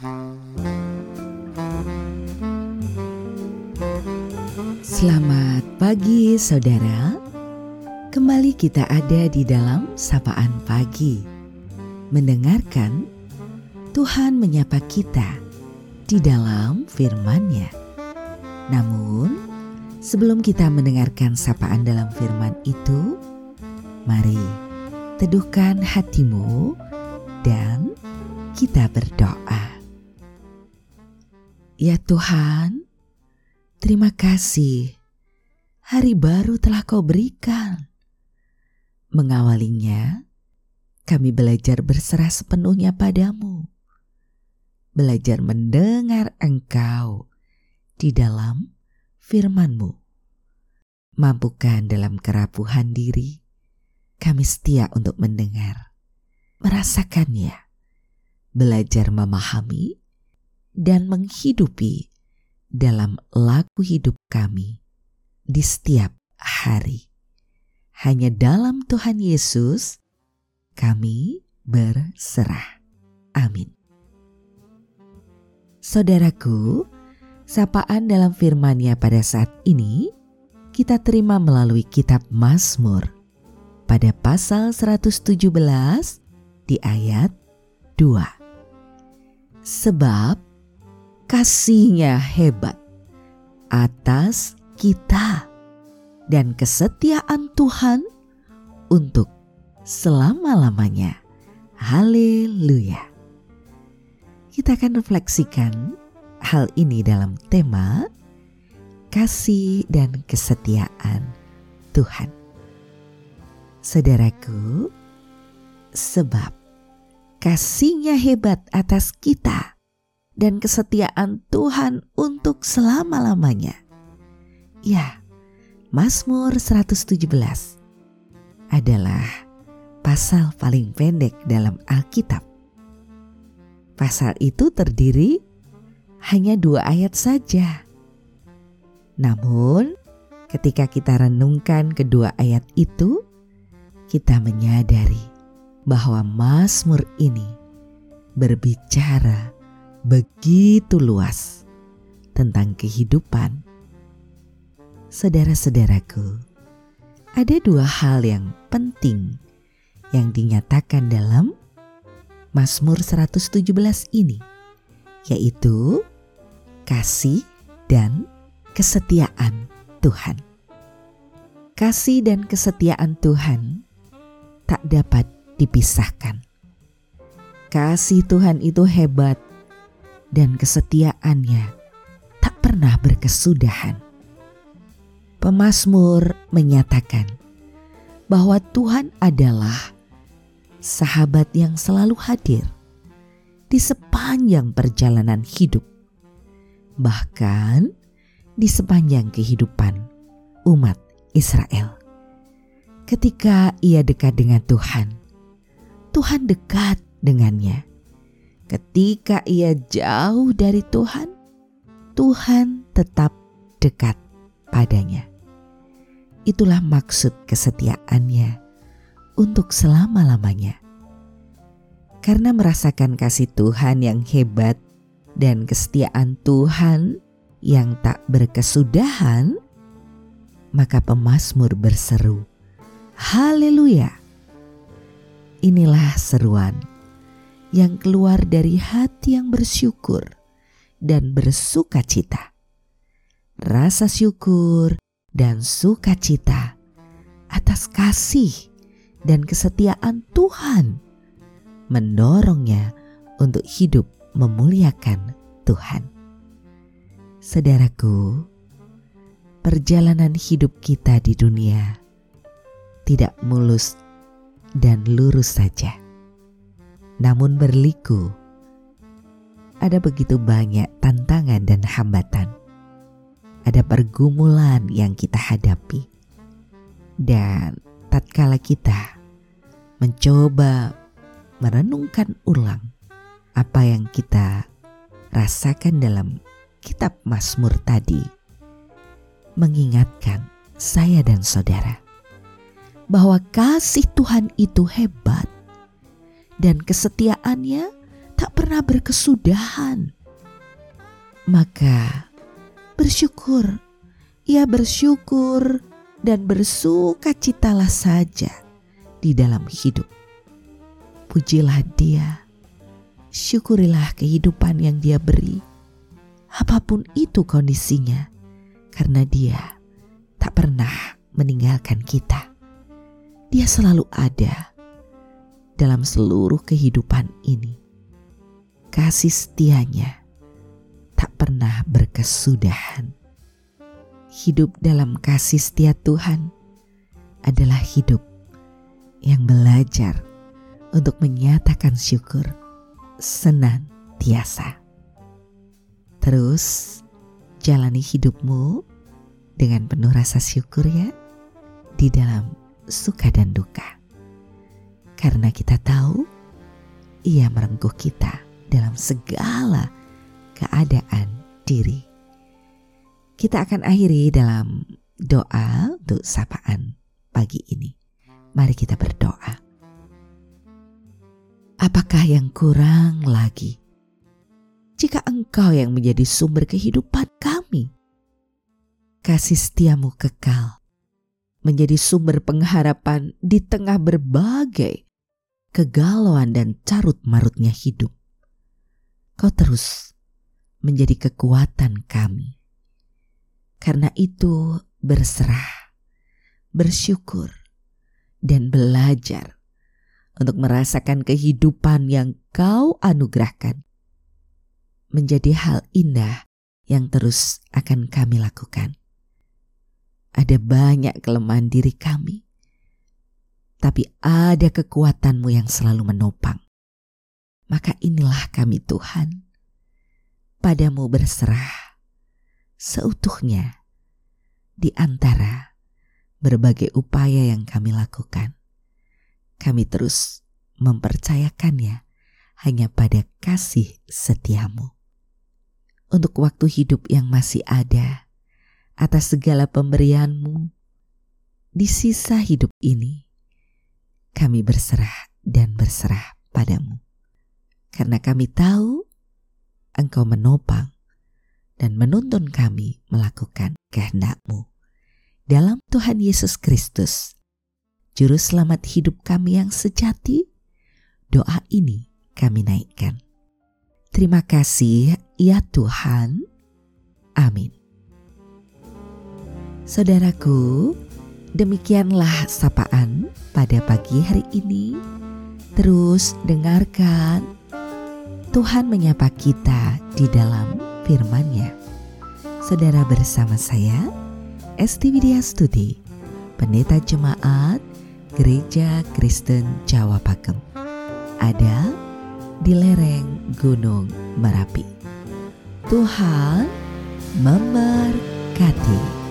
Selamat pagi saudara. Kembali kita ada di dalam Sapaan Pagi, mendengarkan Tuhan menyapa kita di dalam firman-Nya. Namun, sebelum kita mendengarkan sapaan dalam firman itu, mari teduhkan hatimu dan kita berdoa. Ya Tuhan, terima kasih hari baru telah Kau berikan. Mengawalinya, kami belajar berserah sepenuhnya padamu. Belajar mendengar Engkau di dalam firman-Mu. Mampukan dalam kerapuhan diri, kami setia untuk mendengar, merasakannya, belajar memahami, dan menghidupi dalam laku hidup kami di setiap hari. Hanya dalam Tuhan Yesus kami berserah. Amin. Saudaraku, sapaan dalam firman-Nya pada saat ini kita terima melalui kitab Mazmur pada pasal 117 di ayat 2. Sebab kasih-Nya hebat atas kita, dan kesetiaan Tuhan untuk selama-lamanya. Haleluya. Kita akan refleksikan hal ini dalam tema kasih dan kesetiaan Tuhan. Saudaraku, sebab kasih-Nya hebat atas kita dan kesetiaan Tuhan untuk selama-lamanya. Ya, Mazmur 117 adalah pasal paling pendek dalam Alkitab. Pasal itu terdiri hanya 2 ayat saja. Namun, ketika kita renungkan kedua ayat itu, kita menyadari bahwa Mazmur ini berbicara begitu luas tentang kehidupan. Saudara-saudaraku, ada 2 hal yang penting yang dinyatakan dalam Mazmur 117 ini, yaitu kasih dan kesetiaan Tuhan. Kasih dan kesetiaan Tuhan tak dapat dipisahkan. Kasih Tuhan itu hebat dan kesetiaan-Nya tak pernah berkesudahan. Pemazmur menyatakan bahwa Tuhan adalah sahabat yang selalu hadir di sepanjang perjalanan hidup, bahkan di sepanjang kehidupan umat Israel. Ketika ia dekat dengan Tuhan, Tuhan dekat dengannya. Ketika ia jauh dari Tuhan, Tuhan tetap dekat padanya. Itulah maksud kesetiaan-Nya untuk selama-lamanya. Karena merasakan kasih Tuhan yang hebat dan kesetiaan Tuhan yang tak berkesudahan, maka pemazmur berseru, haleluya. Inilah seruan yang keluar dari hati yang bersyukur dan bersukacita. Rasa syukur dan sukacita atas kasih dan kesetiaan Tuhan mendorongnya untuk hidup memuliakan Tuhan. Saudaraku, perjalanan hidup kita di dunia tidak mulus dan lurus saja, namun berliku. Ada begitu banyak tantangan dan hambatan. Ada pergumulan yang kita hadapi. Dan tatkala kita mencoba merenungkan ulang apa yang kita rasakan dalam kitab Mazmur tadi, mengingatkan saya dan saudara bahwa kasih Tuhan itu hebat dan kesetiaan-Nya tak pernah berkesudahan. Maka bersyukur, ia bersyukur dan bersukacitalah saja di dalam hidup. Pujilah Dia, syukurilah kehidupan yang Dia beri, apapun itu kondisinya, karena Dia tak pernah meninggalkan kita. Dia selalu ada dalam seluruh kehidupan ini. Kasih setianya tak pernah berkesudahan. Hidup dalam kasih setia Tuhan adalah hidup yang belajar untuk menyatakan syukur senantiasa. Terus jalani hidupmu dengan penuh rasa syukur ya, di dalam suka dan duka. Karena kita tahu Ia merengkuh kita dalam segala keadaan diri. Kita akan akhiri dalam doa untuk sapaan pagi ini. Mari kita berdoa. Apakah yang kurang lagi jika Engkau yang menjadi sumber kehidupan kami? Kasih setiamu kekal, menjadi sumber pengharapan di tengah berbagai kegalauan dan carut-marutnya hidup. Kau terus menjadi kekuatan kami. Karena itu berserah, bersyukur, dan belajar untuk merasakan kehidupan yang Kau anugerahkan menjadi hal indah yang terus akan kami lakukan. Ada banyak kelemahan diri kami, tapi ada kekuatan-Mu yang selalu menopang. Maka inilah kami Tuhan, Padamu berserah seutuhnya di antara berbagai upaya yang kami lakukan. Kami terus mempercayakannya hanya pada kasih setiamu. Untuk waktu hidup yang masih ada, atas segala pemberianmu, di sisa hidup ini, kami berserah dan berserah padamu. Karena kami tahu Engkau menopang dan menuntun kami melakukan kehendak-Mu. Dalam Tuhan Yesus Kristus, Juru Selamat hidup kami yang sejati, doa ini kami naikkan. Terima kasih ya Tuhan. Amin. Saudaraku, demikianlah sapaan pada pagi hari ini. Terus dengarkan Tuhan menyapa kita di dalam firman-Nya. Saudara, bersama saya Esti Widya Studi, Pendeta Jemaat Gereja Kristen Jawa Pakem, ada di lereng Gunung Merapi. Tuhan memberkati.